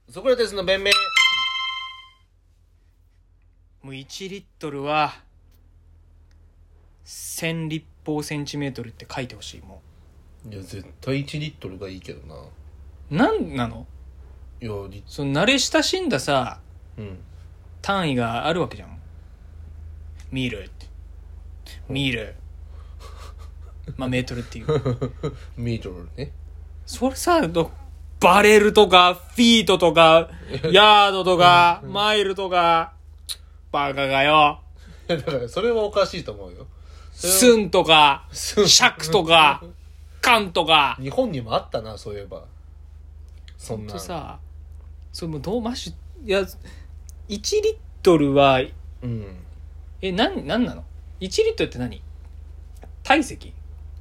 ソクラテスの弁明。 もう1リットルは1000立方センチメートルって書いてほしい。もいや絶対1リットルがいいけどな。 なんなの。 いやその慣れ親しんださ、単位があるわけじゃん。ミルってミルまあメートルっていうミートルね。 それさ、バレルとかフィートとかヤードとかマイルとかバカがよ。 だからそれはおかしいと思うよ。 スンとかシャクとかカンとか日本にもあったな、そういえば。そんなほんとさ、それもうどうマジ、いや1リットルはなんなの。1リットルって何、体積、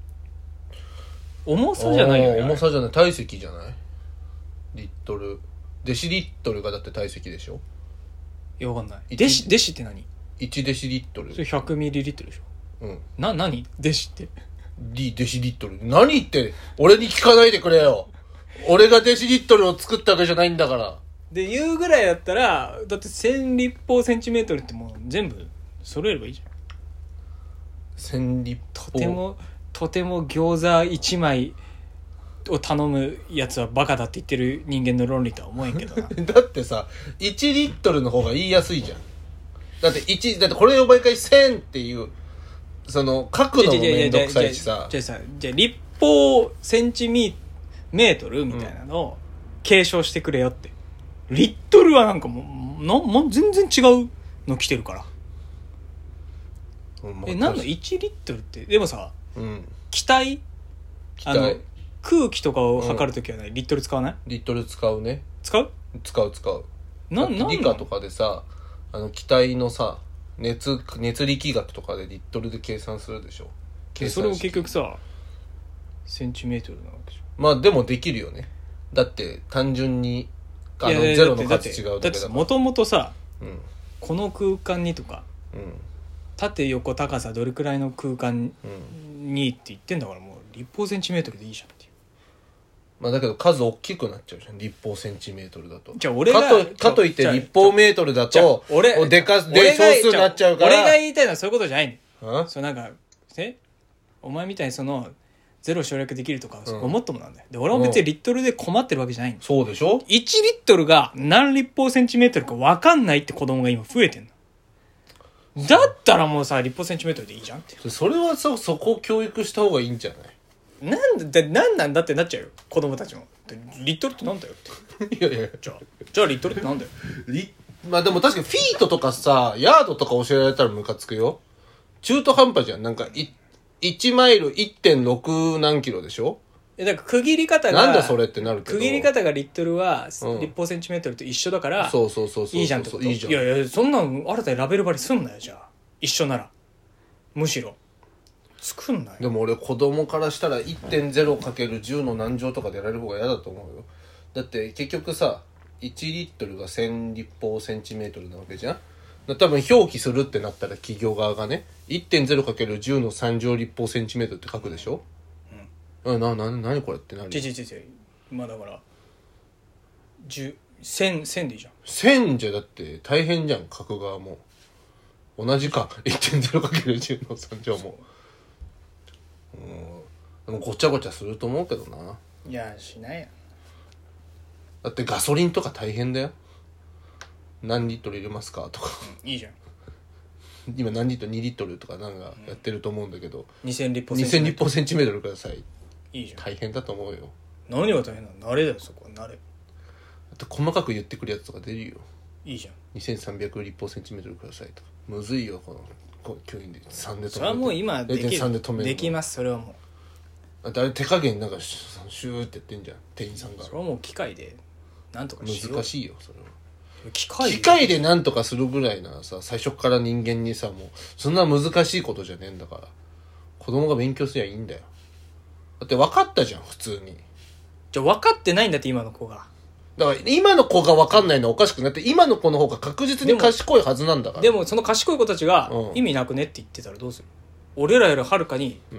重さじゃないよね。 重さじゃない、体積じゃない。リットル、デシリットルがだって体積でしょ。 いやわかんない。デシって何。 1デシリットル。 それ100ミリリットルでしょ。何デシってデシリットル何言って俺に聞かないでくれよ。俺がデシリットルを作ったわけじゃないんだから。 で言うぐらいだったら、だって1000立方センチメートルってもう全部揃えればいいじゃん。 1000立方。 とても餃子1枚を頼むやつはバカだって言ってる人間の論理とは思えんけどなだってさ1リットルの方が言いやすいじゃん。だってこれを毎回1000っていうその書くのもめんどくさいしさ。 じゃあ立方センチメートルみたいなのを継承してくれよって。リットルはなんかもう全然違うの来てるから。何の1リットルって。でもさ、気体空気とかを測るときはね、リットル使わない？ リットル使うね。使う理科とかでさ、気体のさ熱力学とかでリットルで計算するでしょ。 それも結局さセンチメートルなわけじゃん。 まあでもできるよね。だって単純にゼロの数違うだけだから。 もともとさ、この空間にとか、縦横高さどれくらいの空間にって言ってんだから、もう立方センチメートルでいいじゃんっていう。 まあだけど数大きくなっちゃうじゃん、立方センチメートルだと。 じゃあ俺がかといって立方メートルだとで少数になっちゃうから。 俺が言いたいのはそういうことじゃないね。そうなんかお前みたいにそのゼロ省略できるとかごもっともなんだよ。で俺も別にリットルで困ってるわけじゃないの。 そうでしょ。 1リットルが何立方センチメートルか分かんないって子供が今増えてんの。だったらもうさ立方センチメートルでいいじゃんって。 それはそこを教育した方がいいんじゃない。 なんだってなっちゃうよ子供たちも。リットルってなんだよっていやじゃあリットルってなんだよまあでも確かにフィートとかさヤードとか教えられたらムカつくよ。中途半端じゃん。なんか1マイル 1.6 何キロでしょ。 だから区切り方がなんだそれってなるけど、 区切り方がリットルは立方センチメートルと一緒だから、 そういいじゃんってこと。 いいじゃん。 いやそんなん新たにラベル張りすんなよ。じゃあ一緒ならむしろ作んなよ。 でも俺子供からしたら 1.0×10 の何乗とかでやられる方が嫌だと思うよ。だって結局さ1リットルが1000立方センチメートルなわけじゃん。多分表記するってなったら企業側がね 1.0×10 の3乗立方センチメートルって書くでしょ。何これってなる。 まあだから1000でいいじゃん。 1000じゃだって大変じゃん。書く側も同じか 1.0×10 の3乗も。でもごちゃごちゃすると思うけどな。 いやしないやん。 だってガソリンとか大変だよ。何リットル入れますかとか、 いいじゃん。 今何リットル2リットルとかなんかやってると思うんだけど、 2000立方センチメートルください。 いいじゃん。 大変だと思うよ。 何が大変なの。慣れだよそこは。慣れ。 あと細かく言ってくるやつとか出るよ。 いいじゃん。 2300立方センチメートルくださいとか。むずいよこの教員で3で止める。それはもう今できる。 0.3で止める。 できます。それはもう。あれ手加減なんかシューってやってんじゃん店員さんが。 それはもう機械でなんとかしよう。 難しいよそれは。 機械でなんとかするぐらいならさ、最初から人間にさ、もうそんな難しいことじゃねえんだから、子供が勉強すりゃいいんだよ。だって分かったじゃん普通に。 じゃあ分かってないんだって今の子が。 だから今の子が分かんないのはおかしくなって、今の子の方が確実に賢いはずなんだから。 でもその賢い子たちが意味なくねって言ってたらどうする。俺らよりはるかに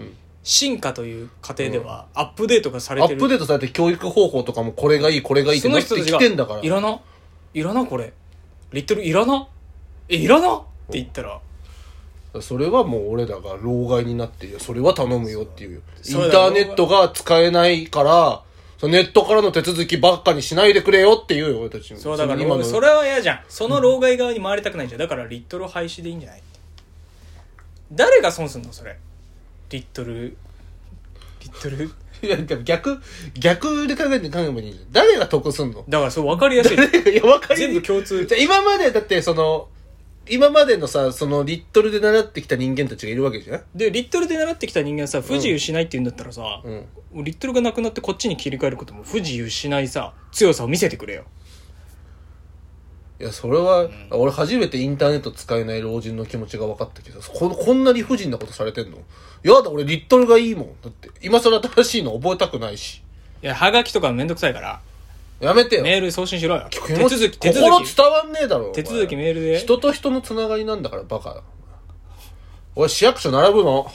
進化という過程ではアップデートがされてる。 アップデートされて教育方法とかもこれがいいこれがいいってなってきてんだから。 いらなこれリットルいらないらなって言ったら、 それはもう俺らが老害になっていやそれは頼むよっていう。インターネットが使えないからそのネットからの手続きばっかにしないでくれよっていうよ俺たち。 そうだから今のそれは嫌じゃん。その老害側に回りたくないじゃん。だからリットル廃止でいいんじゃないって。誰が損すんのそれ。リットルいや逆で考えばいいんじゃん。誰が得すんの。 だからそう分かりやすい。 いや分かり全部共通。 じゃ今までだって今までのさそのリットルで習ってきた人間たちがいるわけじゃん。 でリットルで習ってきた人間さ不自由しないって言うんだったらさ、リットルがなくなってこっちに切り替えることも不自由しないさ強さを見せてくれよ。 いやそれは、俺初めてインターネット使えない老人の気持ちが分かったけどこんな理不尽なことされてんの。やだ俺リットルがいいもん。だって今更新しいの覚えたくないし。 いやハガキとかめんどくさいからやめてよ。 メール送信しろよ。手心続き伝わんねえだろ。 手続きメールで人と人のつながりなんだからバカ。俺市役所並ぶの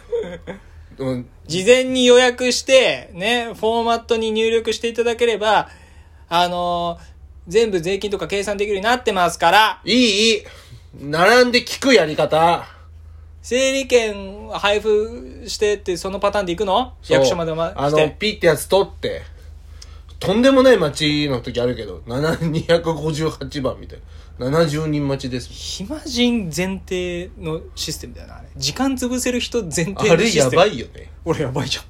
事前に予約してねフォーマットに入力していただければ全部税金とか計算できるようになってますから。 いい並んで聞くやり方。 整理券配布してってそのパターンで行くの。役所まで来てピッてやつ取ってとんでもない待ちの時あるけど258番みたいな70人待ちです。 暇人前提のシステムだよなあれ。時間潰せる人前提のシステム。 あれやばいよね。 俺やばいじゃん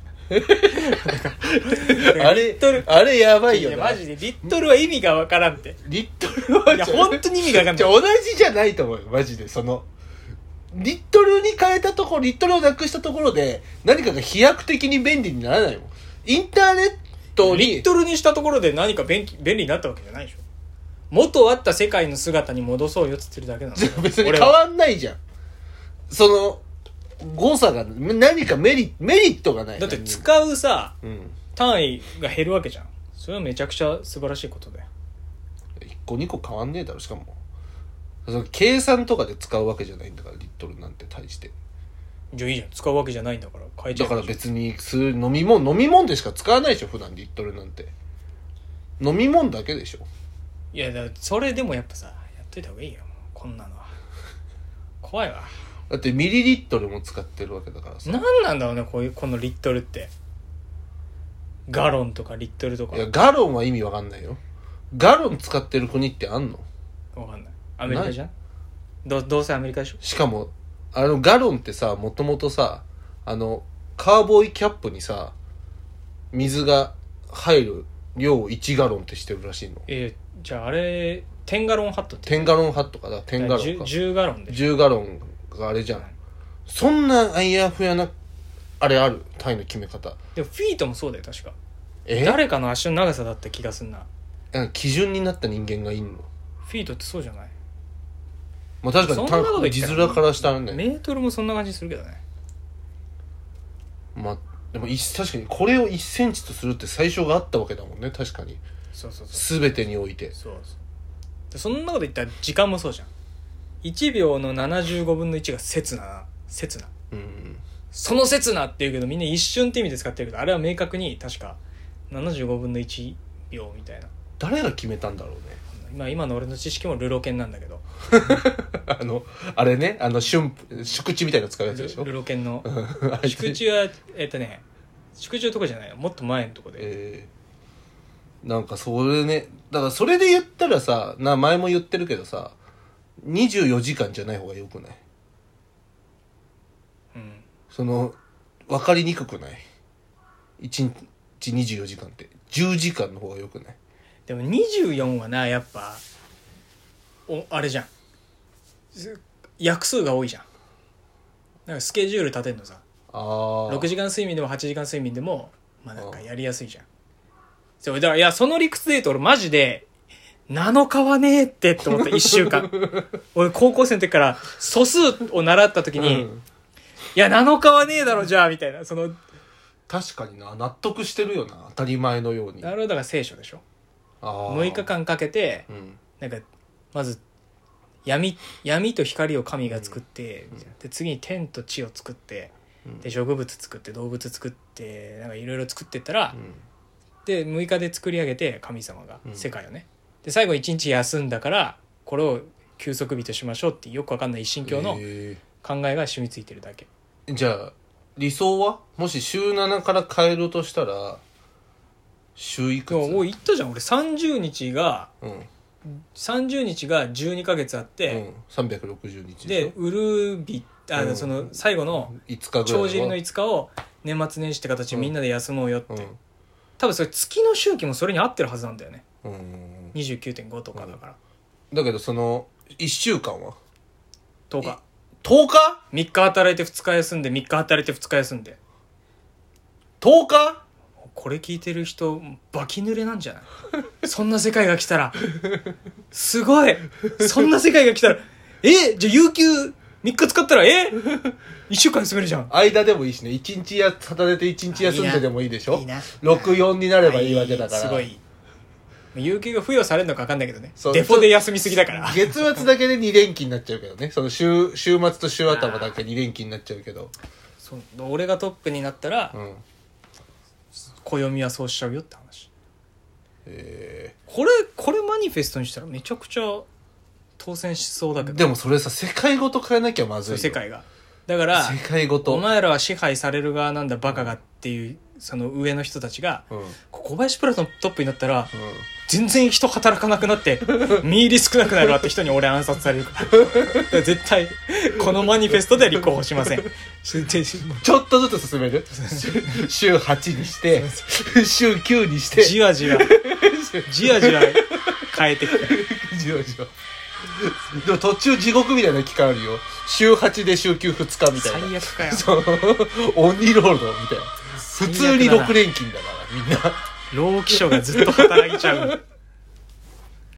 あれやばいよね。 マジでリットルは意味がわからんって。 リットルはいや本当に意味がわかんない。 同じじゃないと思うよマジで。リットルに変えたところリットルをなくしたところで何かが飛躍的に便利にならないもん。インターネットにリットルにしたところで何か便利になったわけじゃないでしょ。元あった世界の姿に戻そうよっつってるだけなの。 別に変わんないじゃん。誤差が何かメリットがない。 だって使うさ、 うん単位が減るわけじゃん。それはめちゃくちゃ素晴らしいことだよ。 1個2個変わんねえだろ。しかも計算とかで使うわけじゃないんだからリットルなんて対して。 じゃあいいじゃん。使うわけじゃないんだから変えちゃう。 だから別に飲み物でしか使わないでしょ普段リットルなんて。飲み物だけでしょ。 いやだからそれでもやっぱさやっといた方がいいよこんなのは。怖いわ。 だってミリリットルも使ってるわけだからさ。 何なんだろうねこのリットルって。ガロンとかリットルとか。 いやガロンは意味わかんないよ。ガロン使ってる国ってあんの？ わかんない。アメリカじゃん。どうせアメリカでしょ。 しかもガロンってさもともとさカーボーイキャップにさ水が入る量を1ガロンってしてるらしいの。 じゃああれ10ガロンハットって 10ガロンハットかな。10ガロンか 10ガロンで 10ガロンがあれじゃん。そんなあやふやなあれある単位の決め方。 でもフィートもそうだよ確か。誰かの足の長さだった気がすんな。 基準になった人間がいんの。 フィートってそうじゃない。 まあ確かに字面からしたらね。 メートルもそんな感じするけどね。 まあでも確かにこれを1センチとするって最初があったわけだもんね。確かにそう全てにおいて。 でそんなこと言ったら時間もそうじゃん。1秒の75分の1が刹那、その刹那って言うけどみんな一瞬って意味で使ってるけどあれは明確に確か75分の1秒みたいな。 誰が決めたんだろうね。今の俺の知識もルロケンなんだけどあれね宿地みたいなの使うやつでしょ。 ルロケンの宿地は宿地のとこじゃないよ。もっと前のとこで、 なんかそれね。だからそれで言ったらさ前も言ってるけどさ24時間じゃない方がよくない？分かりにくくない？ 1日24時間って10時間の方がよくない？ でも24はなやっぱあれじゃん約数が多いじゃん。なんかスケジュール立てんのさ6時間睡眠でも8時間睡眠でもまあなんかやりやすいじゃん。そうだからいやその理屈で言うと俺マジで7日はねえって思った1週間俺高校生の時から素数を習った時に、いや7日はねえだろじゃあみたいな確かにな納得してるよな当たり前のように。 なるほど。だから聖書でしょ。6日間かけて、なんかまず闇と光を神が作って、で次に天と地を作ってで植物作って動物作ってなんかいろいろ作ってったら、 うんで6日で作り上げて神様がうん世界をね、で最後1日休んだからこれを休息日としましょうっていうよくわかんない一神教の考えが染みついてるだけ。 じゃあ理想はもし週7から変えるとしたら週いくつ？ もう言ったじゃん俺30日がうん 30日が12ヶ月あっうて、 ん、360日でしょウル日その最後の 5日ぐらいは帳尻の5日を年末年始って形でみんなで休もうよって、 うん多分それ月の周期もそれに合ってるはずなんだよね。 うん、 29.5 とかだから、 だけどその1週間は 10日 10日 3日働いて2日休んで3日働いて2日休んで。 10日これ聞いてる人バキ濡れなんじゃないそんな世界が来たらすごいそんな世界が来たらじゃあ有給3日使ったら1週間休めるじゃん。 間でもいいしね、1日働いて1日休んででもいいでしょ。 いいな 64になればいいわけだからすごい有給が付与されるのか分かんないけどね。 そうデフォで休みすぎだから月末だけで2連勤になっちゃうけどね、その週末と週頭だけ2連勤になっちゃうけど、 そう俺がトップになったら、 うん暦はそうしちゃうよって話。これマニフェストにしたらめちゃくちゃ当選しそうだけど。 でもそれさ世界ごと変えなきゃまずいよ。 世界がだから世界ごとお前らは支配される側なんだバカがっていうその上の人たちが、 うん小林プラトントップになったら、 うん全然人働かなくなって身入り少なくなるわって人に俺暗殺されるからだから絶対このマニフェストでは立候補しませんちょっとずつ進める週8にして週9にしてじわじわ変えてくる。 じわじわでも途中地獄みたいな期間あるよ。週8で週9、2日みたいな。 最悪かよ。 そう鬼ロードみたいな。普通に6連勤だからみんな。 労基署がずっと働いちゃう。